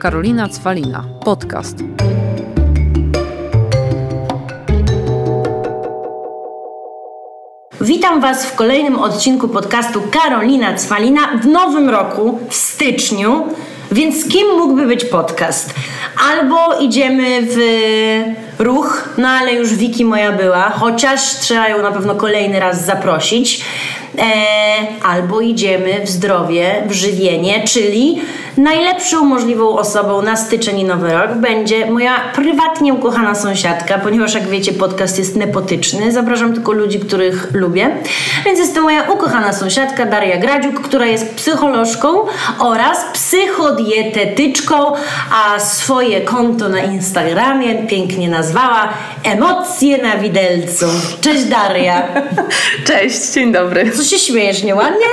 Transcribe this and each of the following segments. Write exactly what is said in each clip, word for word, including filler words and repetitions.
Karolina Cwalina. Podcast. Witam Was w kolejnym odcinku podcastu Karolina Cwalina w nowym roku, w styczniu. Więc z kim mógłby być podcast? Albo idziemy w ruch, no ale już Wiki moja była, chociaż trzeba ją na pewno kolejny raz zaprosić. E, albo idziemy w zdrowie, w żywienie, czyli najlepszą możliwą osobą na styczeń i nowy rok będzie moja prywatnie ukochana sąsiadka, ponieważ jak wiecie, podcast jest nepotyczny, zapraszam tylko ludzi, których lubię, więc jest to moja ukochana sąsiadka Daria Gradziuk, która jest psycholożką oraz psychodietetyczką, a swoje konto na Instagramie pięknie nazwała Emocje na widelcu. Cześć Daria. Cześć, dzień dobry. Co się śmiejesz, nieładnie?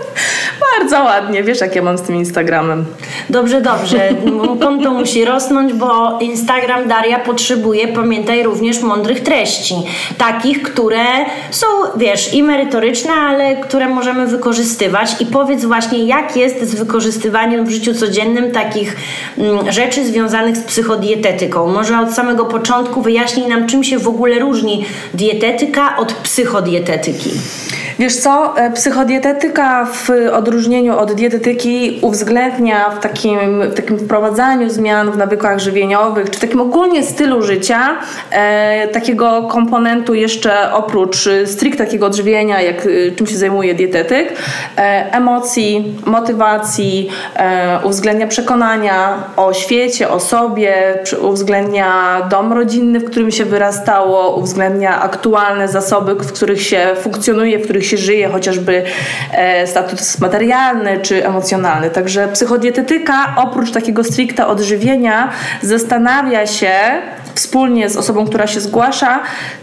Bardzo ładnie, wiesz jak ja mam z tym Instagramem. Dobrze, dobrze. Konto musi rosnąć, bo Instagram Daria potrzebuje, pamiętaj, również mądrych treści. Takich, które są, wiesz, i merytoryczne, ale które możemy wykorzystywać. I powiedz właśnie, jak jest z wykorzystywaniem w życiu codziennym takich mm, rzeczy związanych z psychodietetyką. Może od samego początku wyjaśnij nam, czym się w ogóle różni dietetyka od psychodietetyki. Wiesz co, psychodietetyka w odróżnieniu od dietetyki uwzględnia w takim, w takim wprowadzaniu zmian w nawykach żywieniowych, czy takim ogólnie stylu życia, e, takiego komponentu jeszcze oprócz stricte takiego odżywienia, jak czym się zajmuje dietetyk, e, emocji, motywacji, e, uwzględnia przekonania o świecie, o sobie, uwzględnia dom rodzinny, w którym się wyrastało, uwzględnia aktualne zasoby, w których się funkcjonuje, w których się żyje, chociażby e, status materialny czy emocjonalny. Także psychodietetyka oprócz takiego stricte odżywienia zastanawia się wspólnie z osobą, która się zgłasza,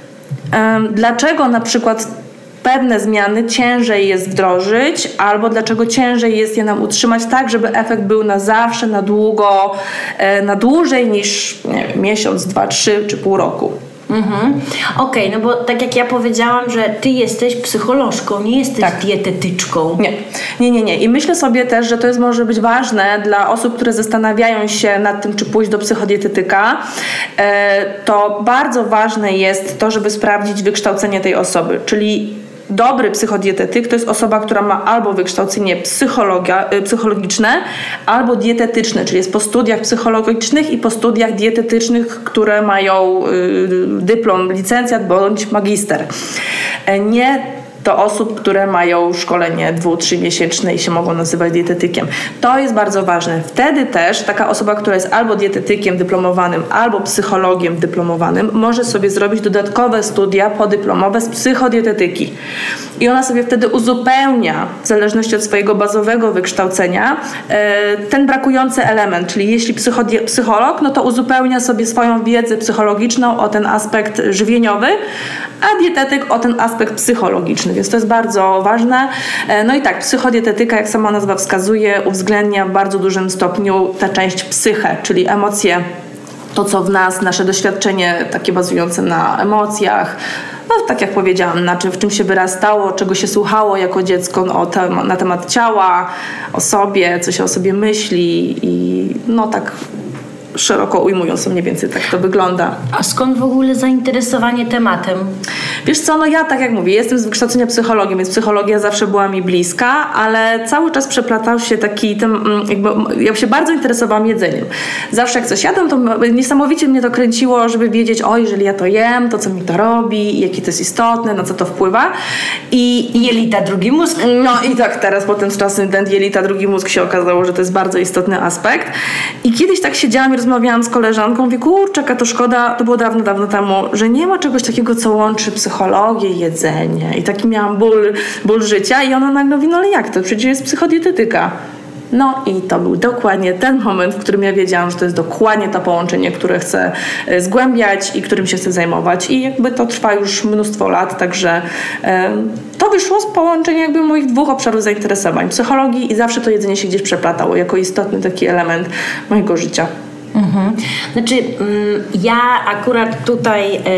e, dlaczego na przykład pewne zmiany ciężej jest wdrożyć, albo dlaczego ciężej jest je nam utrzymać tak, żeby efekt był na zawsze, na długo, e, na dłużej niż nie wiem, miesiąc, dwa, trzy czy pół roku. Mhm. Okej, okay, no bo tak jak ja powiedziałam, że ty jesteś psycholożką, nie jesteś tak. dietetyczką. Nie. nie, nie, nie. I myślę sobie też, że to jest może być ważne dla osób, które zastanawiają się nad tym, czy pójść do psychodietetyka. To bardzo ważne jest to, żeby sprawdzić wykształcenie tej osoby, czyli dobry psychodietetyk to jest osoba, która ma albo wykształcenie psychologia, psychologiczne, albo dietetyczne, czyli jest po studiach psychologicznych i po studiach dietetycznych, które mają y, dyplom, licencjat bądź magister. Nie do osób, które mają szkolenie dwu-, trzymiesięczne i się mogą nazywać dietetykiem. To jest bardzo ważne. Wtedy też taka osoba, która jest albo dietetykiem dyplomowanym, albo psychologiem dyplomowanym, może sobie zrobić dodatkowe studia podyplomowe z psychodietetyki. I ona sobie wtedy uzupełnia, w zależności od swojego bazowego wykształcenia, ten brakujący element, czyli jeśli psychodie- psycholog, no to uzupełnia sobie swoją wiedzę psychologiczną o ten aspekt żywieniowy, a dietetyk o ten aspekt psychologiczny. Więc to jest bardzo ważne. No i tak, psychodietetyka, jak sama nazwa wskazuje, uwzględnia w bardzo dużym stopniu tę część psychę, czyli emocje, to co w nas, nasze doświadczenie takie bazujące na emocjach, no tak jak powiedziałam, na czym, w czym się wyrastało, czego się słuchało jako dziecko, no, tem- na temat ciała, o sobie, co się o sobie myśli i no tak szeroko ujmując, mniej więcej tak to wygląda. A skąd w ogóle zainteresowanie tematem? Wiesz co, no ja tak jak mówię, jestem z wykształcenia psychologiem, więc psychologia zawsze była mi bliska, ale cały czas przeplatał się taki, ten, jakby, ja się bardzo interesowałam jedzeniem. Zawsze jak coś jadam, to niesamowicie mnie to kręciło, żeby wiedzieć, o, jeżeli ja to jem, to co mi to robi, jakie to jest istotne, na co to wpływa. I, I jelita, drugi mózg. No i tak teraz potem z czasem ten jelita, drugi mózg się okazało, że to jest bardzo istotny aspekt. I kiedyś tak siedziałam i rozmawiałam z koleżanką, mówię, kurczę, to szkoda, to było dawno, dawno temu, że nie ma czegoś takiego, co łączy psychologię i jedzenie. I taki miałam ból, ból życia i ona nagle mówi, no ale jak to? Przecież jest psychodietetyka. No i to był dokładnie ten moment, w którym ja wiedziałam, że to jest dokładnie to połączenie, które chcę zgłębiać i którym się chcę zajmować. I jakby to trwa już mnóstwo lat, także e, to wyszło z połączenia jakby moich dwóch obszarów zainteresowań. Psychologii i zawsze to jedzenie się gdzieś przeplatało jako istotny taki element mojego życia. Mhm. Znaczy ja akurat tutaj e,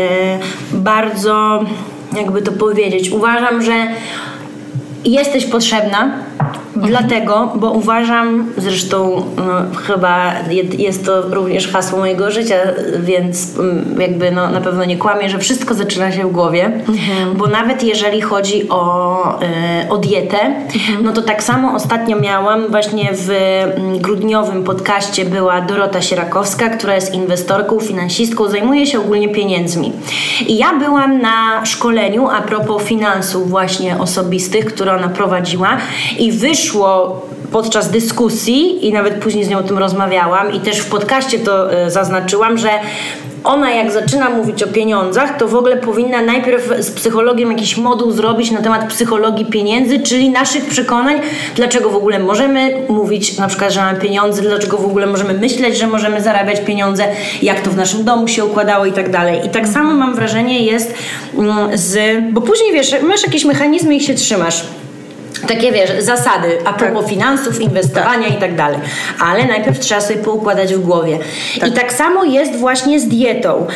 bardzo, jakby to powiedzieć, uważam, że jesteś potrzebna Dlatego, bo uważam, zresztą no, chyba jest to również hasło mojego życia, więc jakby no, na pewno nie kłamię, że wszystko zaczyna się w głowie, mhm. bo nawet jeżeli chodzi o, y, o dietę, mhm. no to tak samo ostatnio miałam właśnie w grudniowym podcaście była Dorota Sierakowska, która jest inwestorką, finansistką, zajmuje się ogólnie pieniędzmi. I ja byłam na szkoleniu a propos finansów właśnie osobistych, które ona prowadziła i wyszło podczas dyskusji i nawet później z nią o tym rozmawiałam i też w podcaście to y, zaznaczyłam, że ona jak zaczyna mówić o pieniądzach, to w ogóle powinna najpierw z psychologiem jakiś moduł zrobić na temat psychologii pieniędzy, czyli naszych przekonań, dlaczego w ogóle możemy mówić na przykład, że mamy pieniądze, dlaczego w ogóle możemy myśleć, że możemy zarabiać pieniądze, jak to w naszym domu się układało i tak dalej. I tak samo mam wrażenie jest z... Bo później wiesz, masz jakieś mechanizmy i się trzymasz. Takie wiesz, zasady a propos tak. finansów, inwestowania tak. i tak dalej. Ale najpierw trzeba sobie poukładać w głowie. Tak. I tak samo jest właśnie z dietą, um,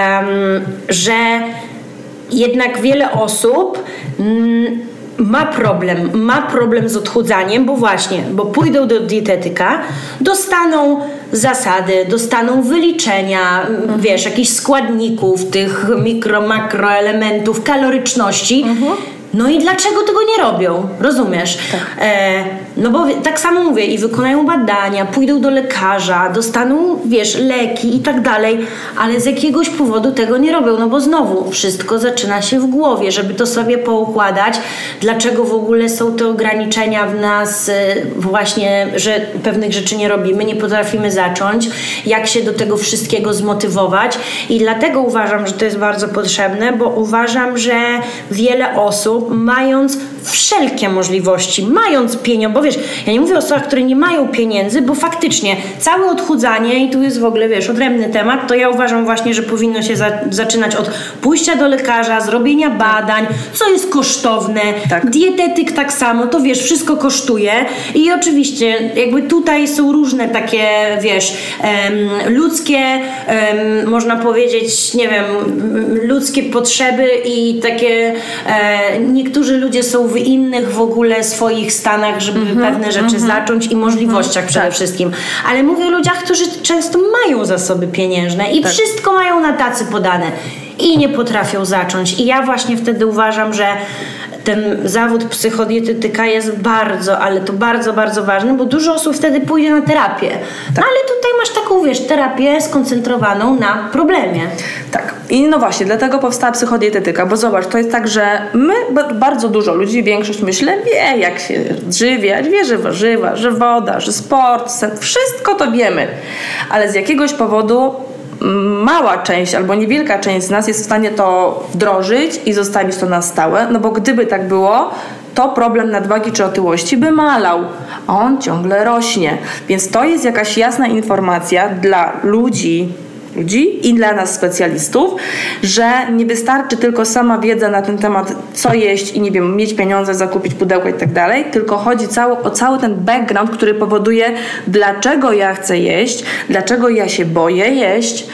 że jednak wiele osób mm, ma problem, ma problem z odchudzaniem, bo właśnie, bo pójdą do dietetyka, dostaną zasady, dostaną wyliczenia, mhm. wiesz, jakichś składników, tych mikro, makroelementów, kaloryczności. Mhm. No i dlaczego tego nie robią? Rozumiesz? Tak. E, no bo tak samo mówię, i wykonają badania, pójdą do lekarza, dostaną, wiesz, leki i tak dalej, ale z jakiegoś powodu tego nie robią, no bo znowu wszystko zaczyna się w głowie, żeby to sobie poukładać, dlaczego w ogóle są te ograniczenia w nas właśnie, że pewnych rzeczy nie robimy, nie potrafimy zacząć, jak się do tego wszystkiego zmotywować i dlatego uważam, że to jest bardzo potrzebne, bo uważam, że wiele osób mając wszelkie możliwości, mając pieniądze, bo wiesz, ja nie mówię o osobach, które nie mają pieniędzy, bo faktycznie całe odchudzanie, i tu jest w ogóle, wiesz, odrębny temat, to ja uważam właśnie, że powinno się za, zaczynać od pójścia do lekarza, zrobienia badań, co jest kosztowne, tak. dietetyk tak samo, to wiesz, wszystko kosztuje i oczywiście jakby tutaj są różne takie, wiesz, um, ludzkie, um, można powiedzieć, nie wiem, ludzkie potrzeby i takie e, niektórzy ludzie są w innych w ogóle swoich stanach, żeby mm-hmm, pewne rzeczy mm-hmm. zacząć i możliwościach mm-hmm, przede tak. wszystkim. Ale mówię o ludziach, którzy często mają zasoby pieniężne i tak. wszystko mają na tacy podane i nie potrafią zacząć. I ja właśnie wtedy uważam, że ten zawód psychodietetyka jest bardzo, ale to bardzo, bardzo ważny, bo dużo osób wtedy pójdzie na terapię. Tak. No ale tutaj masz taką, wiesz, terapię skoncentrowaną na problemie. Tak. I no właśnie, dlatego powstała psychodietetyka, bo zobacz, to jest tak, że my, bardzo dużo ludzi, większość myślę, wie jak się odżywiać, wie, że warzywa, że woda, że sport, sen, wszystko to wiemy. Ale z jakiegoś powodu mała część albo niewielka część z nas jest w stanie to wdrożyć i zostawić to na stałe, no bo gdyby tak było, to problem nadwagi czy otyłości by malał, a on ciągle rośnie. Więc to jest jakaś jasna informacja dla ludzi, ludzi i dla nas specjalistów, że nie wystarczy tylko sama wiedza na ten temat, co jeść i nie wiem, mieć pieniądze, zakupić pudełko i tak dalej, tylko chodzi cały, o cały ten background, który powoduje, dlaczego ja chcę jeść, dlaczego ja się boję jeść,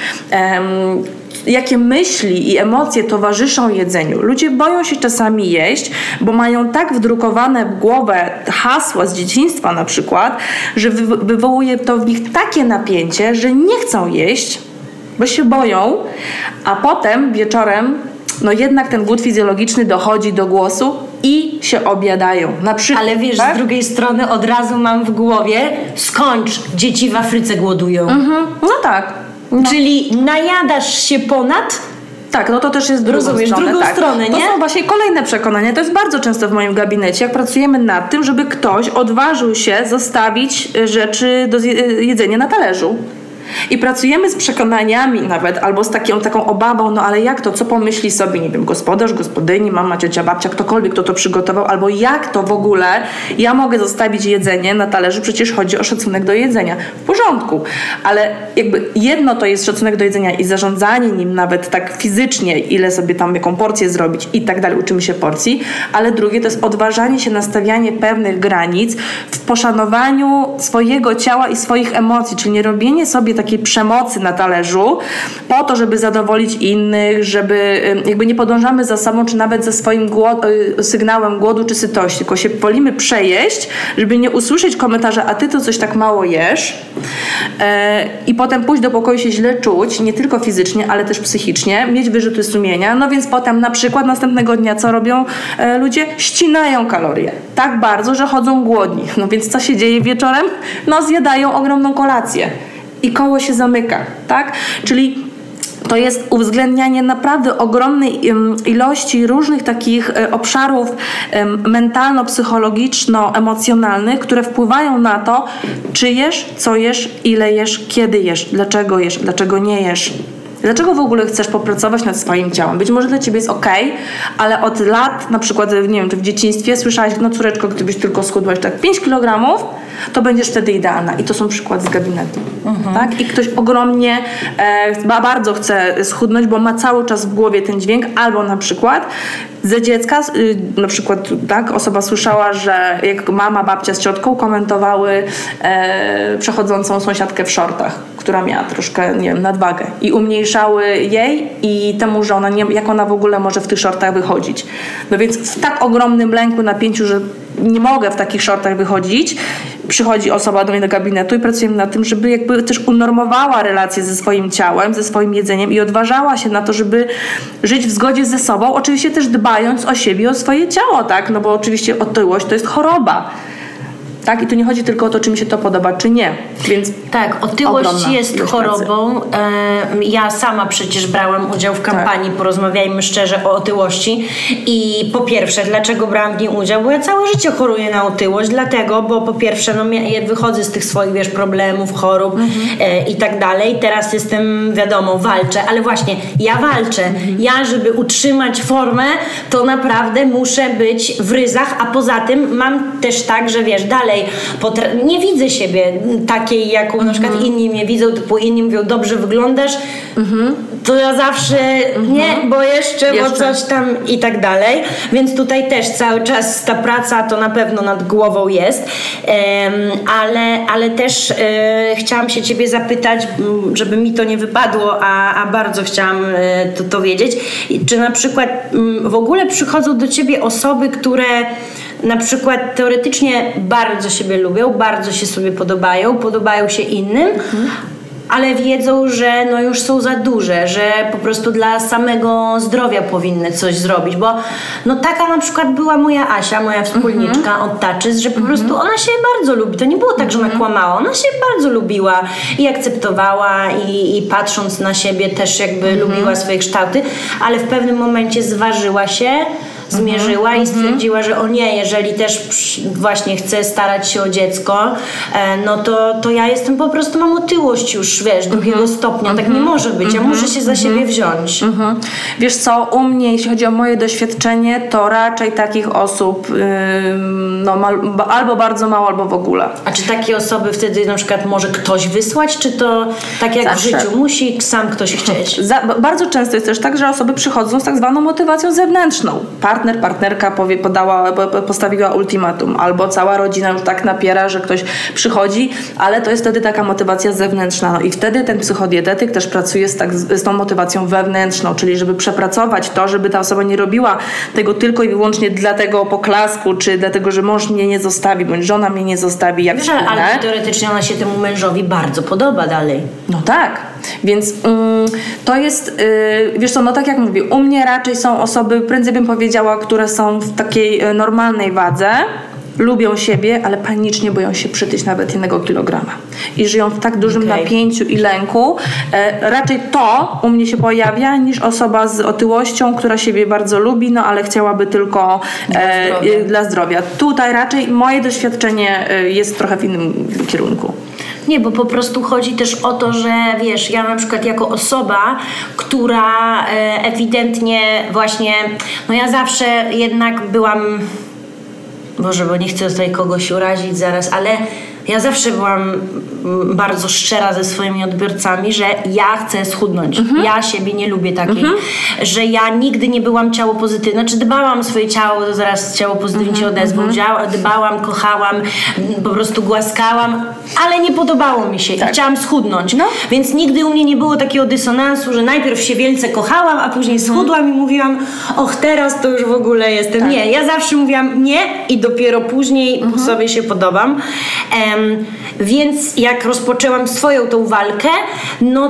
um, jakie myśli i emocje towarzyszą jedzeniu. Ludzie boją się czasami jeść, bo mają tak wdrukowane w głowę hasła z dzieciństwa na przykład, że wy- wywołuje to w nich takie napięcie, że nie chcą jeść, bo się boją, a potem wieczorem no jednak ten głód fizjologiczny dochodzi do głosu i się objadają. Na przykład, ale wiesz, tak? Z drugiej strony od razu mam w głowie, skończ, dzieci w Afryce głodują. Mhm. No tak. No. Czyli najadasz się ponad... Tak, no to też jest drugą Rozumiesz, stronę. drugą tak. stronę, nie? To są właśnie kolejne przekonania. To jest bardzo często w moim gabinecie, jak pracujemy nad tym, żeby ktoś odważył się zostawić rzeczy do jedzenia na talerzu. I pracujemy z przekonaniami nawet, albo z taką, taką obawą, no ale jak to, co pomyśli sobie, nie wiem, gospodarz, gospodyni, mama, ciocia, babcia, ktokolwiek, kto to przygotował, albo jak to w ogóle ja mogę zostawić jedzenie na talerzu, przecież chodzi o szacunek do jedzenia. W porządku, ale jakby jedno to jest szacunek do jedzenia i zarządzanie nim nawet tak fizycznie, ile sobie tam, jaką porcję zrobić i tak dalej, uczymy się porcji, ale drugie to jest odważanie się na stawianie pewnych granic w poszanowaniu swojego ciała i swoich emocji, czyli nie robienie sobie sobie takiej przemocy na talerzu po to, żeby zadowolić innych, żeby jakby nie podążamy za sobą, czy nawet za swoim głod, sygnałem głodu czy sytości, tylko się wolimy przejeść, żeby nie usłyszeć komentarza, a ty to coś tak mało jesz e, i potem pójść do pokoju się źle czuć, nie tylko fizycznie, ale też psychicznie, mieć wyrzuty sumienia, no więc potem na przykład następnego dnia co robią e, ludzie? Ścinają kalorie. Tak bardzo, że chodzą głodni. No więc co się dzieje wieczorem? No zjadają ogromną kolację. I koło się zamyka, tak? Czyli to jest uwzględnianie naprawdę ogromnej ilości różnych takich obszarów mentalno-psychologiczno-emocjonalnych, które wpływają na to, czy jesz, co jesz, ile jesz, kiedy jesz, dlaczego jesz, dlaczego nie jesz. Dlaczego w ogóle chcesz popracować nad swoim ciałem? Być może dla ciebie jest okej, okay, ale od lat, na przykład, nie wiem, czy w dzieciństwie słyszałaś, no córeczko, gdybyś tylko schudłaś tak pięć kilogramów, to będziesz wtedy idealna. I to są przykłady z gabinetu. Mhm. Tak? I ktoś ogromnie e, bardzo chce schudnąć, bo ma cały czas w głowie ten dźwięk, albo na przykład ze dziecka, y, na przykład tak, osoba słyszała, że jak mama, babcia z ciotką komentowały e, przechodzącą sąsiadkę w shortach, która miała troszkę, nie wiem, nadwagę i umniejszały jej i temu, że ona nie, jak ona w ogóle może w tych shortach wychodzić. No więc w tak ogromnym lęku, napięciu, że nie mogę w takich shortach wychodzić, przychodzi osoba do mnie do gabinetu i pracujemy nad tym, żeby jakby też unormowała relacje ze swoim ciałem, ze swoim jedzeniem i odważała się na to, żeby żyć w zgodzie ze sobą, oczywiście też dbając o siebie, o swoje ciało, tak? No bo oczywiście otyłość to jest choroba. Tak? I tu nie chodzi tylko o to, czy mi się to podoba, czy nie. Więc tak, otyłość jest chorobą. Ja sama przecież brałam udział w kampanii tak. Porozmawiajmy szczerze o otyłości. I po pierwsze, dlaczego brałam w niej udział? Bo ja całe życie choruję na otyłość, dlatego, bo po pierwsze, no ja wychodzę z tych swoich, wiesz, problemów, chorób mhm. e, i tak dalej. Teraz jestem, wiadomo, walczę, ale właśnie ja walczę. Mhm. Ja, żeby utrzymać formę, to naprawdę muszę być w ryzach, a poza tym mam też tak, że wiesz, dalej Potra- nie widzę siebie takiej, jaką mm-hmm. na przykład inni mnie widzą, typu inni mówią, dobrze wyglądasz, mm-hmm. to ja zawsze mm-hmm. nie, bo jeszcze, jeszcze, bo coś tam i tak dalej. Więc tutaj też cały czas ta praca to na pewno nad głową jest. Um, ale, ale też e, chciałam się ciebie zapytać, żeby mi to nie wypadło, a, a bardzo chciałam e, to, to wiedzieć. Czy na przykład m, w ogóle przychodzą do ciebie osoby, które na przykład teoretycznie bardzo siebie lubią, bardzo się sobie podobają, podobają się innym, mhm. ale wiedzą, że no już są za duże, że po prostu dla samego zdrowia powinny coś zrobić, bo no taka na przykład była moja Asia, moja wspólniczka mm-hmm. od Taczys, że po mm-hmm. prostu ona się bardzo lubi. To nie było tak, że ona kłamała. Ona się bardzo lubiła i akceptowała i, i patrząc na siebie też jakby mm-hmm. lubiła swoje kształty, ale w pewnym momencie zważyła się, zmierzyła mm-hmm. i stwierdziła, że o nie, jeżeli też właśnie chcę starać się o dziecko, no to, to ja jestem po prostu, mam otyłość już, wiesz, drugiego mm-hmm. stopnia, mm-hmm. tak nie może być, ja mm-hmm. muszę się za mm-hmm. siebie wziąć. Mm-hmm. Wiesz co, u mnie, jeśli chodzi o moje doświadczenie, to raczej takich osób yy, no, mal, albo bardzo mało, albo w ogóle. A czy takie osoby wtedy na przykład może ktoś wysłać, czy to tak jak Zawsze. w życiu, musi sam ktoś chcieć? Za, bardzo często jest też tak, że osoby przychodzą z tak zwaną motywacją zewnętrzną. Partner, partnerka powie, podała, postawiła ultimatum, albo cała rodzina już tak napiera, że ktoś przychodzi, ale to jest wtedy taka motywacja zewnętrzna. No i wtedy ten psychodietetyk też pracuje z, tak, z tą motywacją wewnętrzną, czyli żeby przepracować to, żeby ta osoba nie robiła tego tylko i wyłącznie dla tego poklasku, czy dlatego, że mąż mnie nie zostawi, bądź żona mnie nie zostawi, jak Wiesz, ale teoretycznie ona się temu mężowi bardzo podoba dalej. No tak, więc ym, to jest, yy, wiesz co, no tak jak mówię, u mnie raczej są osoby, prędzej bym powiedziała, które są w takiej y, normalnej wadze, lubią siebie, ale panicznie boją się przytyć nawet jednego kilograma. I żyją w tak dużym okay. napięciu i lęku. E, raczej to u mnie się pojawia, niż osoba z otyłością, która siebie bardzo lubi, no ale chciałaby tylko e, dla, zdrowia. dla zdrowia. Tutaj raczej moje doświadczenie e, jest trochę w innym kierunku. Nie, bo po prostu chodzi też o to, że wiesz, ja na przykład jako osoba, która e, ewidentnie właśnie, no ja zawsze jednak byłam, Boże, bo nie chcę tutaj kogoś urazić zaraz, ale ja zawsze byłam bardzo szczera ze swoimi odbiorcami, że ja chcę schudnąć. Mhm. Ja siebie nie lubię takiej, mhm. że ja nigdy nie byłam ciało pozytywne. Znaczy dbałam o swoje ciało, to zaraz ciało pozytywnie się odezwą. Mhm. Dbałam, kochałam, po prostu głaskałam, ale nie podobało mi się tak. i chciałam schudnąć. No. Więc nigdy u mnie nie było takiego dysonansu, że najpierw się wielce kochałam, a później mhm. schudłam i mówiłam, och, teraz to już w ogóle jestem. Tak. Nie, ja zawsze mówiłam nie i dopiero później mhm. sobie się podobam. Um, więc jak rozpoczęłam swoją tą walkę, no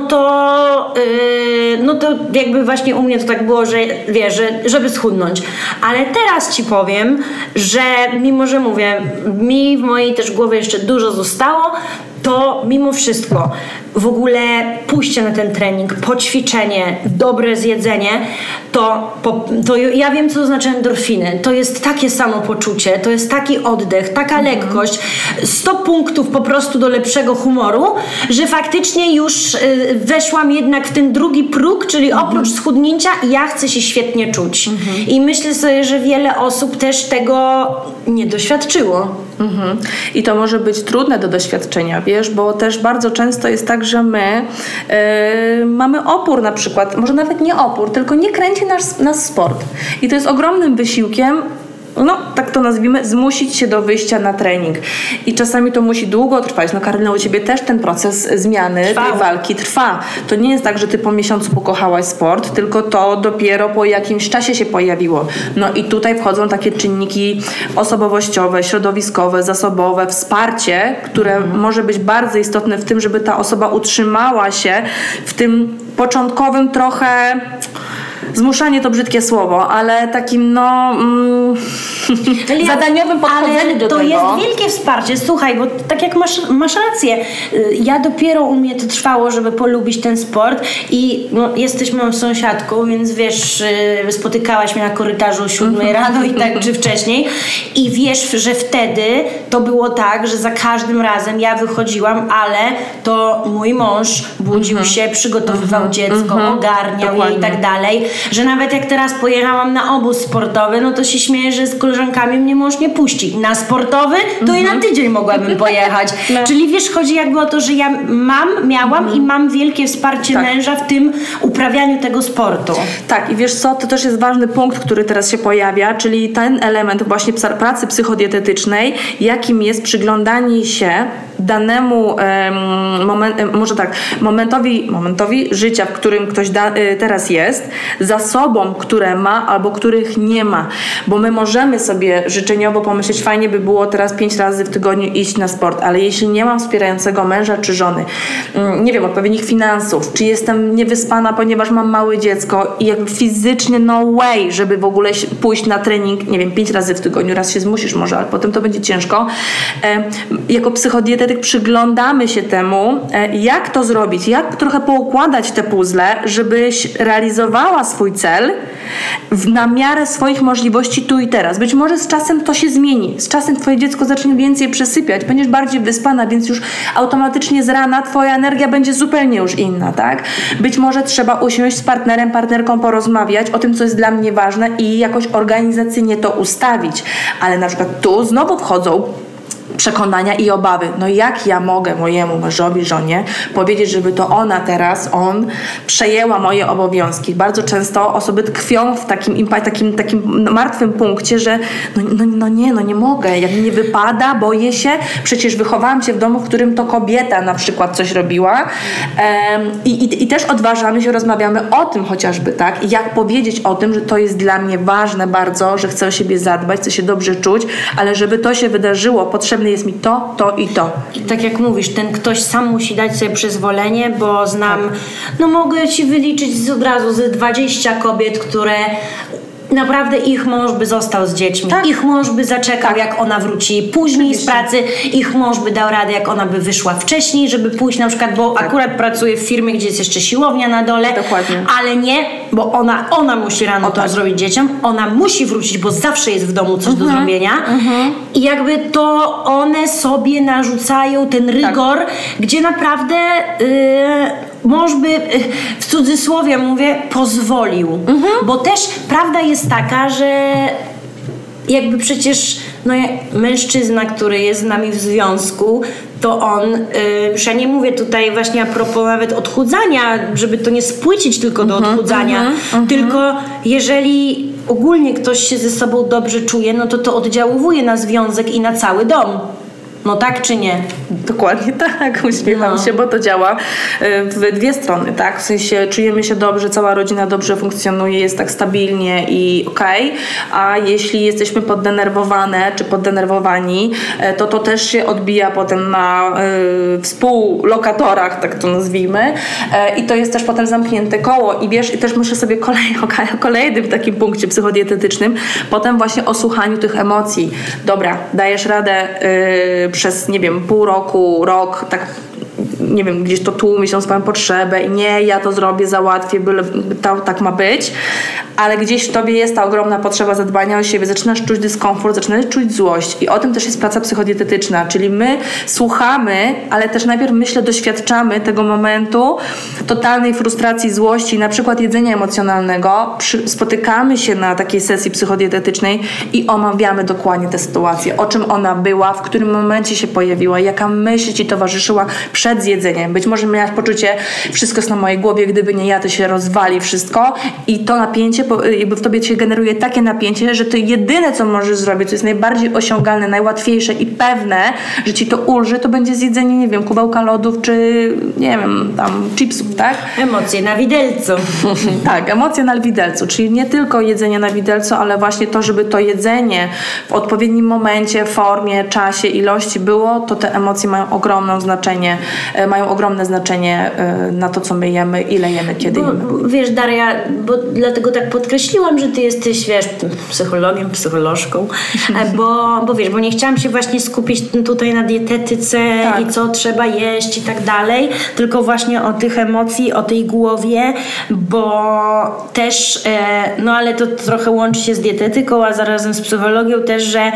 to yy, no to jakby właśnie u mnie to tak było, że wiesz, że, żeby schudnąć. Ale teraz ci powiem, że mimo, że mówię, mi w mojej też głowie jeszcze dużo zostało, to mimo wszystko w ogóle pójście na ten trening, poćwiczenie, dobre zjedzenie, to, to ja wiem, co to znaczy endorfiny. To jest takie samopoczucie, to jest taki oddech, taka mhm. lekkość, sto punktów po prostu do lepszego humoru, że faktycznie już y, weszłam jednak w ten drugi próg, czyli mhm. oprócz schudnięcia ja chcę się świetnie czuć. Mhm. I myślę sobie, że wiele osób też tego nie doświadczyło. Mhm. I to może być trudne do doświadczenia, wiesz, bo też bardzo często jest tak, że my yy, mamy opór na przykład, może nawet nie opór, tylko nie kręci nas, nas sport. I to jest ogromnym wysiłkiem, no tak to nazwijmy, zmusić się do wyjścia na trening. I czasami to musi długo trwać. No Karolina, u Ciebie też ten proces zmiany, trwa. tej walki trwa. To nie jest tak, że Ty po miesiącu pokochałaś sport, tylko to dopiero po jakimś czasie się pojawiło. No i tutaj wchodzą takie czynniki osobowościowe, środowiskowe, zasobowe, wsparcie, które mhm. może być bardzo istotne w tym, żeby ta osoba utrzymała się w tym początkowym trochę... Zmuszanie to brzydkie słowo, ale takim no mm, zadaniowym podchodzeniu do to tego. To jest wielkie wsparcie. Słuchaj, bo tak jak masz, masz rację, ja dopiero u mnie to trwało, żeby polubić ten sport i no, jesteś moją sąsiadką, więc wiesz, spotykałaś mnie na korytarzu o siódmej rano i tak czy wcześniej i wiesz, że wtedy to było tak, że za każdym razem ja wychodziłam, ale to mój mąż budził mm-hmm. się, przygotowywał mm-hmm. dziecko, mm-hmm. ogarniał Dokładnie. je i tak dalej. Że nawet jak teraz pojechałam na obóz sportowy, no to się śmieję, że z koleżankami mnie mąż nie puści. Na sportowy to mm-hmm. i na tydzień mogłabym pojechać. No. Czyli wiesz, chodzi jakby o to, że ja mam, miałam mm-hmm. i mam wielkie wsparcie tak. męża w tym uprawianiu tego sportu. Tak i wiesz co, to też jest ważny punkt, który teraz się pojawia, czyli ten element właśnie pracy psychodietetycznej, jakim jest przyglądanie się danemu um, moment, może tak, momentowi, momentowi życia, w którym ktoś da, y, teraz jest, zasobom, które ma albo których nie ma. Bo my możemy sobie życzeniowo pomyśleć, fajnie by było teraz pięć razy w tygodniu iść na sport, ale jeśli nie mam wspierającego męża czy żony, nie wiem, odpowiednich finansów, czy jestem niewyspana, ponieważ mam małe dziecko i jakby fizycznie no way, żeby w ogóle pójść na trening, nie wiem, pięć razy w tygodniu, raz się zmusisz może, ale potem to będzie ciężko. E, jako psychodietetyk przyglądamy się temu, e, jak to zrobić, jak trochę poukładać te puzzle, żebyś realizowała swój cel w, na miarę swoich możliwości tu i teraz. Być może z czasem to się zmieni. Z czasem twoje dziecko zacznie więcej przesypiać, będziesz bardziej wyspana, więc już automatycznie z rana twoja energia będzie zupełnie już inna, tak? Być może trzeba usiąść z partnerem, partnerką, porozmawiać o tym, co jest dla mnie ważne i jakoś organizacyjnie to ustawić. Ale na przykład tu znowu wchodzą przekonania i obawy. No jak ja mogę mojemu mężowi, żonie powiedzieć, żeby to ona teraz, on przejęła moje obowiązki. Bardzo często osoby tkwią w takim, takim, takim martwym punkcie, że no, no, no nie, no nie mogę, jak mi nie wypada, boję się, przecież wychowałam się w domu, w którym to kobieta na przykład coś robiła um, i, i, i też odważamy się, rozmawiamy o tym chociażby, tak? I jak powiedzieć o tym, że to jest dla mnie ważne bardzo, że chcę o siebie zadbać, chcę się dobrze czuć, ale żeby to się wydarzyło, potrzebne jest mi to, to i to. I tak jak mówisz, ten ktoś sam musi dać sobie przyzwolenie, bo znam, tak. no mogę ci wyliczyć od razu ze dwadzieścia kobiet, które naprawdę ich mąż by został z dziećmi. Tak. Ich mąż by zaczekał, tak. jak ona wróci później Oczywiście. z pracy. Ich mąż by dał radę, jak ona by wyszła wcześniej, żeby pójść na przykład, bo tak. akurat pracuje w firmie, gdzie jest jeszcze siłownia na dole. Dokładnie. Ale nie, bo ona, ona musi rano o, to tak. zrobić dzieciom. Ona musi wrócić, bo zawsze jest w domu coś mhm. do zrobienia. Mhm. I jakby to one sobie narzucają ten rygor, tak. gdzie naprawdę yy, mąż by, w cudzysłowie mówię, pozwolił. Mhm. Bo też prawda jest taka, że jakby przecież no mężczyzna, który jest z nami w związku, to on, y, już ja nie mówię tutaj właśnie a propos nawet odchudzania, żeby to nie spłycić tylko do mhm, odchudzania, mhm, tylko jeżeli ogólnie ktoś się ze sobą dobrze czuje, no to to oddziałuje na związek i na cały dom. No tak czy nie? Dokładnie tak, uśmiecham no. się, bo to działa w dwie strony, tak? W sensie czujemy się dobrze, cała rodzina dobrze funkcjonuje, jest tak stabilnie i okej, okay. A jeśli jesteśmy poddenerwowane czy poddenerwowani, to to też się odbija potem na y, współlokatorach, tak to nazwijmy, i to jest też potem zamknięte koło i wiesz, i też myślę sobie kolej, o kolejnym takim punkcie psychodietetycznym, potem właśnie o słuchaniu tych emocji. Dobra, dajesz radę y, przez, nie wiem, pół roku, rok, tak, nie wiem, gdzieś to tłumisz tą swoją potrzebę i nie, ja to zrobię, załatwię, byle to, tak ma być, ale gdzieś w tobie jest ta ogromna potrzeba zadbania o siebie, zaczynasz czuć dyskomfort, zaczynasz czuć złość i o tym też jest praca psychodietetyczna, czyli my słuchamy, ale też najpierw, myślę, doświadczamy tego momentu totalnej frustracji, złości, na przykład jedzenia emocjonalnego, Przy, spotykamy się na takiej sesji psychodietetycznej i omawiamy dokładnie tę sytuację, o czym ona była, w którym momencie się pojawiła, jaka myśl ci towarzyszyła przed zjedzeniem. Być może miałaś poczucie, wszystko jest na mojej głowie, gdyby nie ja, to się rozwali wszystko i to napięcie, jakby w tobie się generuje takie napięcie, że to jedyne, co możesz zrobić, to jest najbardziej osiągalne, najłatwiejsze i pewne, że ci to ulży, to będzie zjedzenie, nie wiem, kubełka lodów, czy nie wiem, tam chipsów, tak? Emocje na widelcu. Tak, emocje na widelcu, czyli nie tylko jedzenie na widelcu, ale właśnie to, żeby to jedzenie w odpowiednim momencie, formie, czasie, ilości było, to te emocje mają ogromne znaczenie, mają ogromne znaczenie na to, co my jemy, ile jemy, kiedy bo, jemy. Wiesz, Daria, bo dlatego tak podkreśliłam, że ty jesteś, wiesz, psychologiem, psycholożką, bo, bo wiesz, bo nie chciałam się właśnie skupić tutaj na dietetyce tak. i co trzeba jeść i tak dalej, tylko właśnie o tych emocji, o tej głowie, bo też, no ale to trochę łączy się z dietetyką, a zarazem z psychologią też, że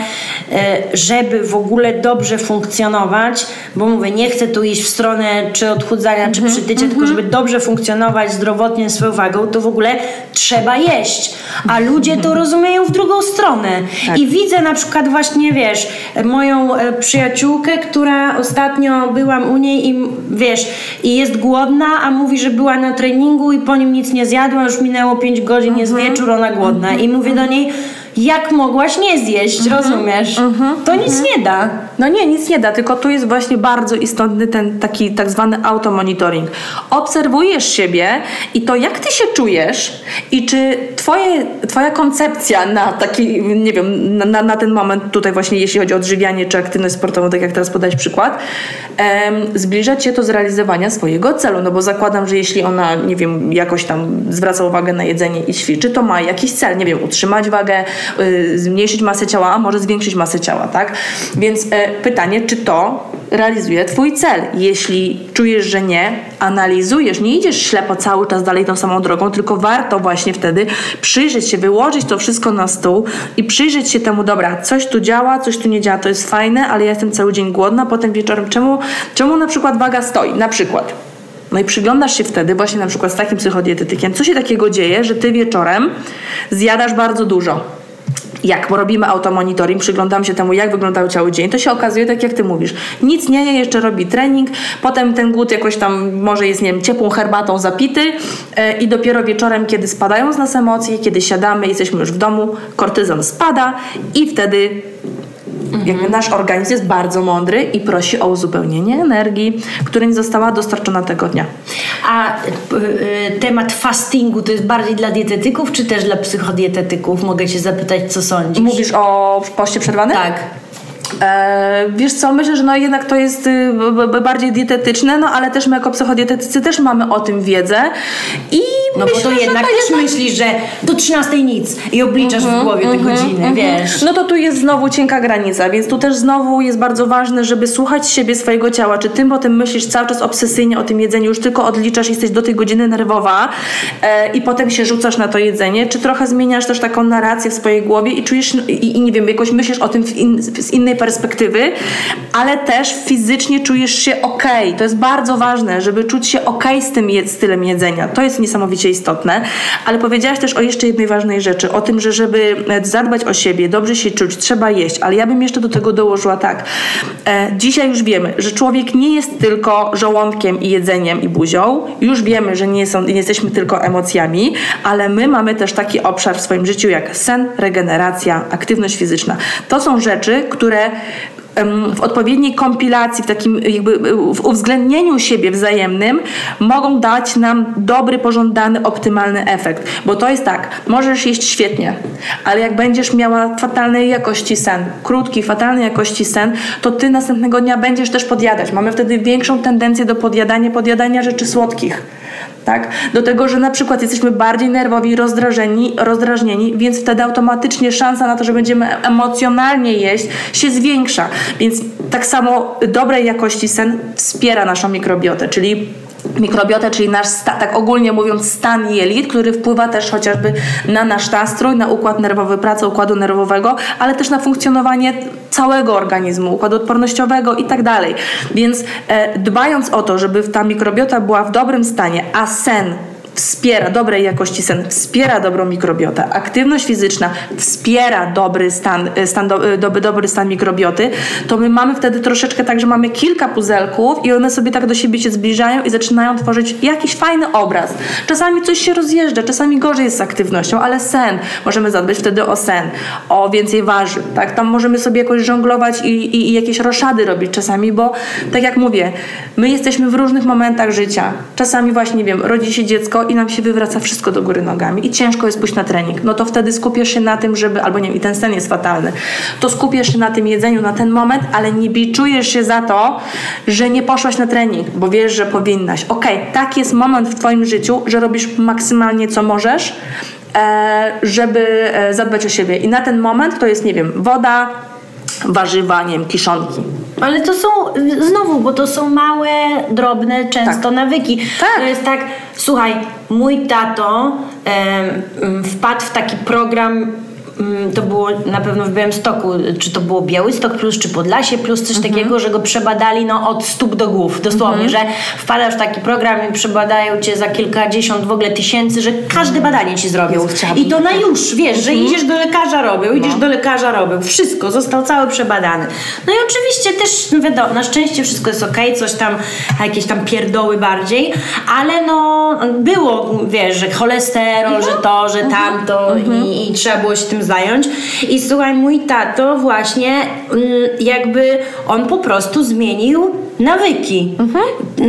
żeby w ogóle dobrze funkcjonować, bo mówię, nie chcę tu iść w stronę czy odchudzania, mm-hmm. czy przytycia, mm-hmm. tylko żeby dobrze funkcjonować zdrowotnie swoją wagą, to w ogóle trzeba jeść. A ludzie to rozumieją w drugą stronę. Tak. I widzę na przykład właśnie, wiesz, moją e, przyjaciółkę, która ostatnio byłam u niej i wiesz, i jest głodna, a mówi, że była na treningu i po nim nic nie zjadła, już minęło pięć godzin, mm-hmm. jest wieczór, ona głodna. Mm-hmm. I mówię do niej, jak mogłaś nie zjeść, mm-hmm. rozumiesz? Mm-hmm. To nic mm-hmm. nie da. No nie, nic nie da, tylko tu jest właśnie bardzo istotny ten taki tak zwany automonitoring. Obserwujesz siebie i to, jak ty się czujesz i czy twoje, twoja koncepcja na taki, nie wiem, na, na ten moment tutaj właśnie, jeśli chodzi o odżywianie czy aktywność sportową, tak jak teraz podałeś przykład, em, zbliża cię do zrealizowania swojego celu, no bo zakładam, że jeśli ona, nie wiem, jakoś tam zwraca uwagę na jedzenie i ćwiczy, to ma jakiś cel, nie wiem, utrzymać wagę, y, zmniejszyć masę ciała, a może zwiększyć masę ciała, tak? Więc e, pytanie, czy to realizuje twój cel. Jeśli czujesz, że nie, analizujesz, nie idziesz ślepo cały czas dalej tą samą drogą, tylko warto właśnie wtedy przyjrzeć się, wyłożyć to wszystko na stół i przyjrzeć się temu, dobra, coś tu działa, coś tu nie działa, to jest fajne, ale ja jestem cały dzień głodna, potem wieczorem, czemu, czemu na przykład waga stoi? Na przykład. No i przyglądasz się wtedy właśnie na przykład z takim psychodietetykiem, co się takiego dzieje, że ty wieczorem zjadasz bardzo dużo. Jak? Bo robimy automonitoring, przyglądam się temu, jak wyglądał cały dzień, to się okazuje, tak jak ty mówisz, nic nie je, jeszcze robi trening, potem ten głód jakoś tam może jest, nie wiem, ciepłą herbatą zapity yy, i dopiero wieczorem, kiedy spadają z nas emocje, kiedy siadamy, jesteśmy już w domu, kortyzon spada i wtedy jakby nasz organizm jest bardzo mądry i prosi o uzupełnienie energii, która nie została dostarczona tego dnia. A y, y, temat fastingu to jest bardziej dla dietetyków, czy też dla psychodietetyków? Mogę cię zapytać, co sądzisz? Mówisz o poście przerwanym? Tak. E, wiesz co, myślę, że no jednak to jest y, b, b, bardziej dietetyczne, no ale też my jako psychodietetycy też mamy o tym wiedzę i no myślę, bo to jednak to też jednak... myślisz, że do trzynastej nic i obliczasz uh-huh, w głowie te uh-huh, godziny, uh-huh. wiesz. No to tu jest znowu cienka granica, więc tu też znowu jest bardzo ważne, żeby słuchać siebie, swojego ciała, czy ty o tym myślisz cały czas obsesyjnie o tym jedzeniu, już tylko odliczasz, jesteś do tej godziny nerwowa e, i potem się rzucasz na to jedzenie, czy trochę zmieniasz też taką narrację w swojej głowie i czujesz, i, i nie wiem, jakoś myślisz o tym w in, z innej perspektywy, ale też fizycznie czujesz się okej. To jest bardzo ważne, żeby czuć się okej z tym je, stylem jedzenia. To jest niesamowicie niesamowicie istotne. Ale powiedziałaś też o jeszcze jednej ważnej rzeczy, o tym, że żeby zadbać o siebie, dobrze się czuć, trzeba jeść. Ale ja bym jeszcze do tego dołożyła tak. E, dzisiaj już wiemy, że człowiek nie jest tylko żołądkiem i jedzeniem i buzią. Już wiemy, że nie, są, nie jesteśmy tylko emocjami, ale my mamy też taki obszar w swoim życiu jak sen, regeneracja, aktywność fizyczna. To są rzeczy, które w odpowiedniej kompilacji, w takim jakby w uwzględnieniu siebie wzajemnym mogą dać nam dobry, pożądany, optymalny efekt. Bo to jest tak, możesz jeść świetnie, ale jak będziesz miała fatalnej jakości sen, krótki, fatalnej jakości sen, to ty następnego dnia będziesz też podjadać. Mamy wtedy większą tendencję do podjadania, podjadania rzeczy słodkich. Tak? Do tego, że na przykład jesteśmy bardziej nerwowi, rozdrażeni, rozdrażnieni, więc wtedy automatycznie szansa na to, że będziemy emocjonalnie jeść, się zwiększa. Więc tak samo dobrej jakości sen wspiera naszą mikrobiotę, czyli mikrobiotę, czyli nasz, sta, tak ogólnie mówiąc, stan jelit, który wpływa też chociażby na nasz nastrój, na układ nerwowy, pracę układu nerwowego, ale też na funkcjonowanie całego organizmu, układu odpornościowego i tak dalej. Więc e, dbając o to, żeby ta mikrobiota była w dobrym stanie, a sen wspiera dobrej jakości sen, wspiera dobrą mikrobiotę. Aktywność fizyczna wspiera dobry stan, stan do, do, dobry stan mikrobioty, to my mamy wtedy troszeczkę tak, że mamy kilka puzelków i one sobie tak do siebie się zbliżają i zaczynają tworzyć jakiś fajny obraz. Czasami coś się rozjeżdża, czasami gorzej jest z aktywnością, ale sen. Możemy zadbać wtedy o sen, o więcej warzyw, tak? Tam możemy sobie jakoś żonglować i, i, i jakieś roszady robić czasami, bo tak jak mówię, my jesteśmy w różnych momentach życia. Czasami właśnie, nie wiem, rodzi się dziecko i nam się wywraca wszystko do góry nogami i ciężko jest pójść na trening. No to wtedy skupiasz się na tym, żeby, albo nie wiem, i ten sen jest fatalny, to skupiasz się na tym jedzeniu na ten moment, ale nie biczujesz się za to, że nie poszłaś na trening, bo wiesz, że powinnaś. Okej, okay, tak jest moment w twoim życiu, że robisz maksymalnie co możesz, e, żeby e, zadbać o siebie. I na ten moment to jest, nie wiem, woda, warzywa, nie wiem, kiszonki. Ale to są, znowu, bo to są małe, drobne, często tak. nawyki. Tak. To jest tak, słuchaj, mój tato em, wpadł w taki program, to było na pewno w Białymstoku, czy to było Białystok Plus, czy Podlasie Plus, coś mhm. takiego, że go przebadali no, od stóp do głów, dosłownie, mhm. że wpadasz w taki program i przebadają cię za kilkadziesiąt w ogóle tysięcy, że każde badanie ci zrobią. I to na już, wiesz, że mhm. idziesz do lekarza robią, idziesz no. do lekarza robią, wszystko, został cały przebadany. No i oczywiście też, wiadomo, na szczęście wszystko jest okej, okay, coś tam, jakieś tam pierdoły bardziej, ale no było, wiesz, że cholesterol, mhm. że to, że tamto mhm. i, i trzeba było się tym zająć. I słuchaj, mój tato właśnie jakby on po prostu zmienił nawyki. Mhm.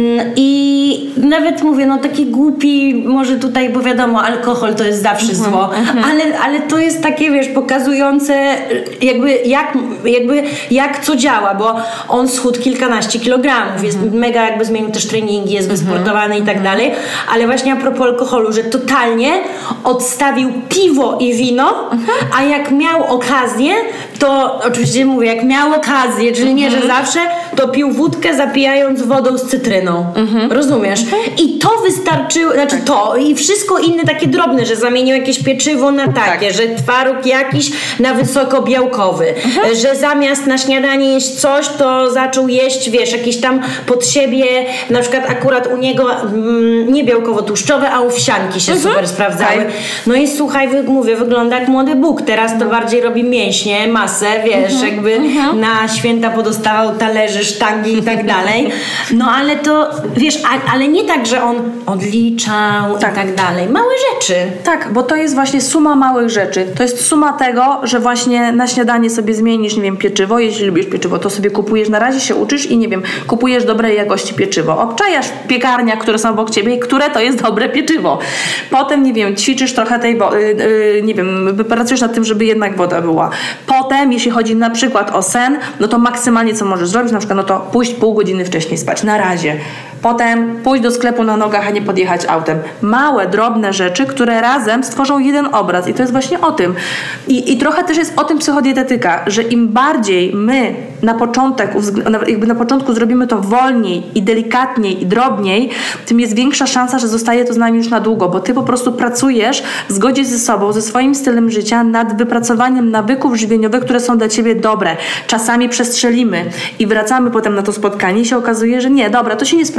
I nawet mówię, no taki głupi, może tutaj, bo wiadomo, alkohol to jest zawsze mhm. zło, mhm. ale, ale to jest takie, wiesz, pokazujące jakby jak, jakby jak co działa, bo on schudł kilkanaście kilogramów, jest mhm. mega jakby zmienił też treningi, jest mhm. wysportowany i tak dalej, ale właśnie a propos alkoholu, że totalnie odstawił piwo i wino, mhm. a jak miał okazję, to oczywiście mówię, jak miał okazję, czyli nie, że zawsze, to pił wódkę zapijając wodą z cytryną. Mhm. Rozumiesz? Mhm. I to wystarczyło, znaczy tak. to i wszystko inne takie drobne, że zamienił jakieś pieczywo na takie, tak. że twaróg jakiś na wysokobiałkowy, mhm. że zamiast na śniadanie jeść coś, to zaczął jeść, wiesz, jakieś tam pod siebie, na przykład akurat u niego mm, nie białkowo-tłuszczowe, a owsianki się mhm. super sprawdzały. Tak. No i słuchaj, wy, mówię, wygląda jak młody Bóg. Teraz to bardziej robi mięśnie, masę, wiesz, mhm. jakby mhm. na święta podostawał talerzy, sztangi i tak dalej. No ale to, wiesz, a, ale nie tak, że on odliczał tak. i tak dalej. Małe rzeczy. Tak, bo to jest właśnie suma małych rzeczy. To jest suma tego, że właśnie na śniadanie sobie zmienisz, nie wiem, pieczywo. Jeśli lubisz pieczywo, to sobie kupujesz, na razie się uczysz i nie wiem, kupujesz dobrej jakości pieczywo. Obczajasz w piekarniach, które są obok ciebie i które to jest dobre pieczywo. Potem, nie wiem, ćwiczysz trochę tej wody, yy, nie wiem, pracujesz nad tym, żeby jednak woda była. Potem, jeśli chodzi na przykład o sen, no to maksymalnie co możesz zrobić, na przykład, no to pójść pół godziny wcześniej spać, na razie. Potem pójść do sklepu na nogach, a nie podjechać autem. Małe, drobne rzeczy, które razem stworzą jeden obraz i to jest właśnie o tym. I, i trochę też jest o tym psychodietetyka, że im bardziej my na początek, jakby na początku zrobimy to wolniej i delikatniej i drobniej, tym jest większa szansa, że zostaje to z nami już na długo, bo ty po prostu pracujesz w zgodzie ze sobą, ze swoim stylem życia nad wypracowaniem nawyków żywieniowych, które są dla ciebie dobre. Czasami przestrzelimy i wracamy potem na to spotkanie i się okazuje, że nie, dobra, to się nie sprawdzi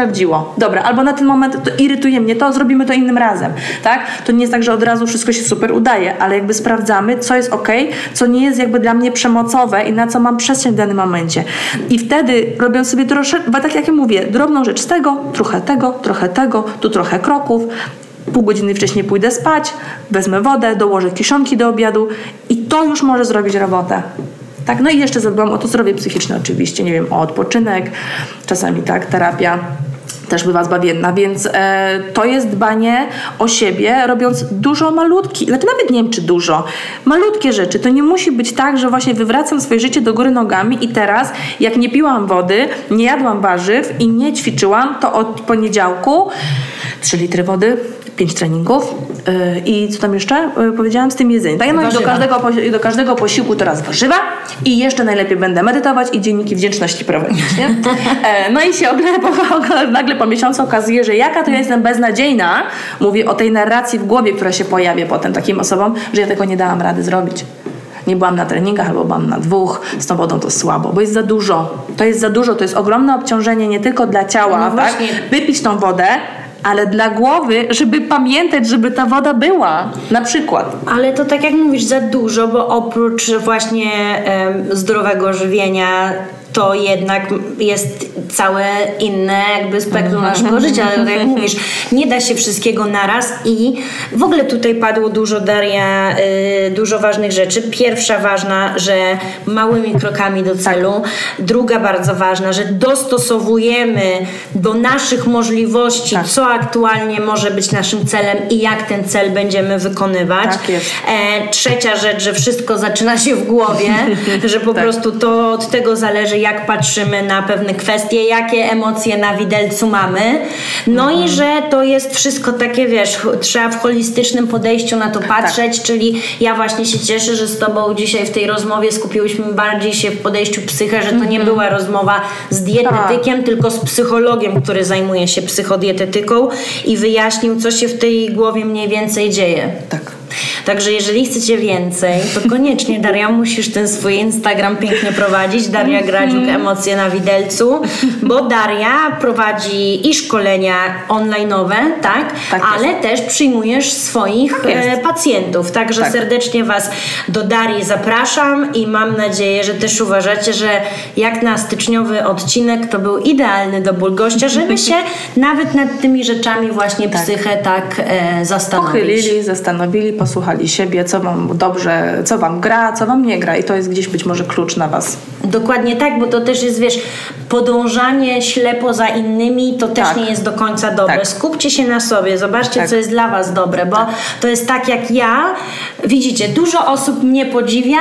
sprawdziło. Dobra, albo na ten moment to irytuje mnie to, zrobimy to innym razem, tak? To nie jest tak, że od razu wszystko się super udaje, ale jakby sprawdzamy, co jest okej, co nie jest jakby dla mnie przemocowe i na co mam przestrzeń w danym momencie. I wtedy robię sobie troszeczkę, tak jak ja mówię, drobną rzecz z tego, trochę tego, trochę tego, tu trochę kroków, pół godziny wcześniej pójdę spać, wezmę wodę, dołożę kiszonki do obiadu i to już może zrobić robotę. Tak, no i jeszcze zadbam o to zdrowie psychiczne oczywiście, nie wiem, o odpoczynek, czasami tak, terapia też bywa zbawienna, więc e, to jest dbanie o siebie, robiąc dużo malutkich, znaczy nawet nie wiem czy dużo, malutkie rzeczy. To nie musi być tak, że właśnie wywracam swoje życie do góry nogami i teraz jak nie piłam wody, nie jadłam warzyw i nie ćwiczyłam, to od poniedziałku trzy litry wody, pięć treningów yy, i co tam jeszcze yy, powiedziałam z tym jedzeniem. Tak, no i do każdego, do każdego posiłku teraz warzywa i jeszcze najlepiej będę medytować i dzienniki wdzięczności prowadzić. Nie? E, no i się nagle, nagle po miesiącu okazuje, że jaka to ja jestem beznadziejna, mówię o tej narracji w głowie, która się pojawia potem takim osobom, że ja tego nie dałam rady zrobić. Nie byłam na treningach albo byłam na dwóch, z tą wodą to słabo, bo jest za dużo. To jest za dużo, to jest ogromne obciążenie nie tylko dla ciała, no tak? Wypić tą wodę, ale dla głowy, żeby pamiętać, żeby ta woda była, na przykład. Ale to tak jak mówisz, za dużo, bo oprócz właśnie em, zdrowego żywienia to jednak jest całe inne jakby spektrum naszego życia, ale tak jak mówisz, nie da się wszystkiego naraz i w ogóle tutaj padło dużo, Daria, y, dużo ważnych rzeczy. Pierwsza ważna, że małymi krokami do celu. Druga bardzo ważna, że dostosowujemy do naszych możliwości, tak. co aktualnie może być naszym celem i jak ten cel będziemy wykonywać. Tak jest. E, trzecia rzecz, że wszystko zaczyna się w głowie, że po tak. prostu to od tego zależy, jak patrzymy na pewne kwestie, jakie emocje na widelcu mamy. No mhm. i że to jest wszystko takie, wiesz, trzeba w holistycznym podejściu na to patrzeć, tak. czyli ja właśnie się cieszę, że z Tobą dzisiaj w tej rozmowie skupiłyśmy bardziej się w podejściu psyche, że to nie była rozmowa z dietetykiem, tak. tylko z psychologiem, który zajmuje się psychodietetyką i wyjaśnił, co się w tej głowie mniej więcej dzieje. Tak. Także jeżeli chcecie więcej, to koniecznie, Daria, musisz ten swój Instagram pięknie prowadzić. Daria Gradziuk, Emocje na widelcu, bo Daria prowadzi i szkolenia online'owe, tak? tak ale jest. też przyjmujesz swoich e, pacjentów. Także tak. serdecznie Was do Darii zapraszam i mam nadzieję, że też uważacie, że jak na styczniowy odcinek to był idealny dobór gościa, żeby się nawet nad tymi rzeczami właśnie tak. psychę tak e, zastanowić. Pochylili, zastanowili, posłuchali siebie, co wam dobrze, co wam gra, co wam nie gra i to jest gdzieś być może klucz na was. Dokładnie tak, bo to też jest, wiesz, podążanie ślepo za innymi to też tak. nie jest do końca dobre. Tak. Skupcie się na sobie, zobaczcie, tak. co jest dla was dobre, bo tak. to jest tak jak ja, widzicie, dużo osób mnie podziwia,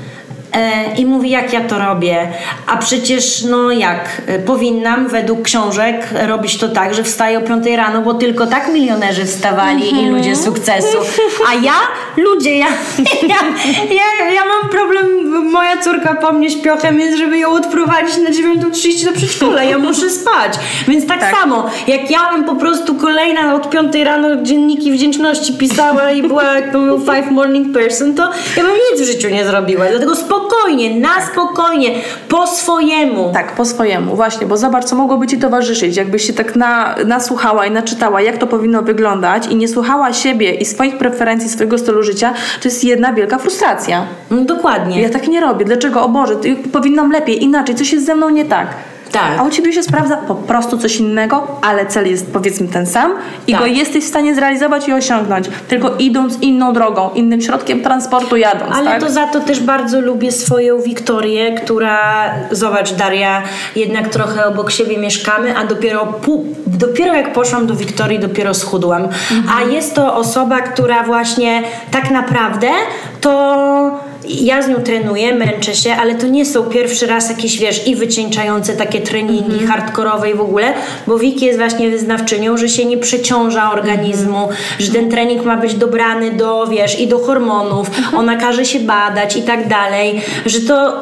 i mówi, jak ja to robię. A przecież, no jak, powinnam według książek robić to tak, że wstaję o piątej rano, bo tylko tak milionerzy wstawali mm-hmm. i ludzie sukcesu. A ja, ludzie, ja, ja, ja, ja mam problem, moja córka po mnie śpiochem jest, żeby ją odprowadzić na dziewiątą trzydzieści do przedszkola. Ja muszę spać. Więc tak, tak samo, jak ja bym po prostu kolejna od piątej rano dzienniki wdzięczności pisała i była jak to był five morning person, to ja bym nic w życiu nie zrobiła. Dlatego spokojnie, na spokojnie, po swojemu. Tak, po swojemu, właśnie, bo zobacz, co mogłoby Ci towarzyszyć, jakbyś się tak na, nasłuchała i naczytała, jak to powinno wyglądać i nie słuchała siebie i swoich preferencji, swojego stylu życia, to jest jedna wielka frustracja. No, dokładnie. Ja tak nie robię. Dlaczego? O Boże, powinnam lepiej, inaczej, coś jest ze mną nie tak. Tak. A u Ciebie się sprawdza po prostu coś innego, ale cel jest powiedzmy ten sam i tak. go jesteś w stanie zrealizować i osiągnąć, tylko idąc inną drogą, innym środkiem transportu jadąc. Ale tak? to za to też bardzo lubię swoją Wiktorię, która, zobacz Daria, jednak trochę obok siebie mieszkamy, a dopiero, pół, dopiero jak poszłam do Wiktorii, dopiero schudłam. Mhm. A jest to osoba, która właśnie tak naprawdę to... Ja z nią trenuję, męczę się, ale to nie są pierwszy raz jakieś, wiesz, i wycieńczające takie treningi mm-hmm. hardkorowe i w ogóle, bo Wiki jest właśnie wyznawczynią, że się nie przeciąża organizmu, mm-hmm. że ten trening ma być dobrany do, wiesz, i do hormonów, mm-hmm. ona każe się badać i tak dalej, że to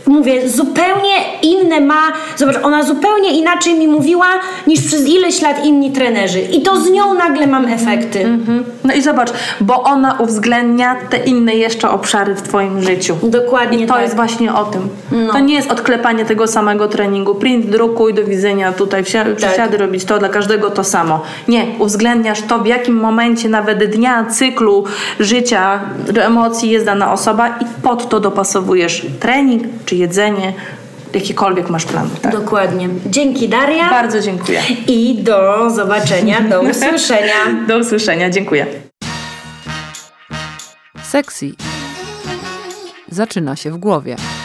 mówię, zupełnie inne ma, zobacz, ona zupełnie inaczej mi mówiła niż przez ileś lat inni trenerzy i to z nią nagle mam efekty. Mm-hmm. No i zobacz, bo ona uwzględnia te inne jeszcze obszary w twoim życiu. Dokładnie. I to tak. jest właśnie o tym. No. To nie jest odklepanie tego samego treningu. Print, drukuj, do widzenia, tutaj wsi- przysiady robić to, dla każdego to samo. Nie, uwzględniasz to, w jakim momencie nawet dnia, cyklu, życia, emocji jest dana osoba i pod to dopasowujesz trening czy jedzenie, jakikolwiek masz plan. Tak? Dokładnie. Dzięki, Daria. Bardzo dziękuję. I do zobaczenia, do usłyszenia. Do usłyszenia, dziękuję. Sexy zaczyna się w głowie.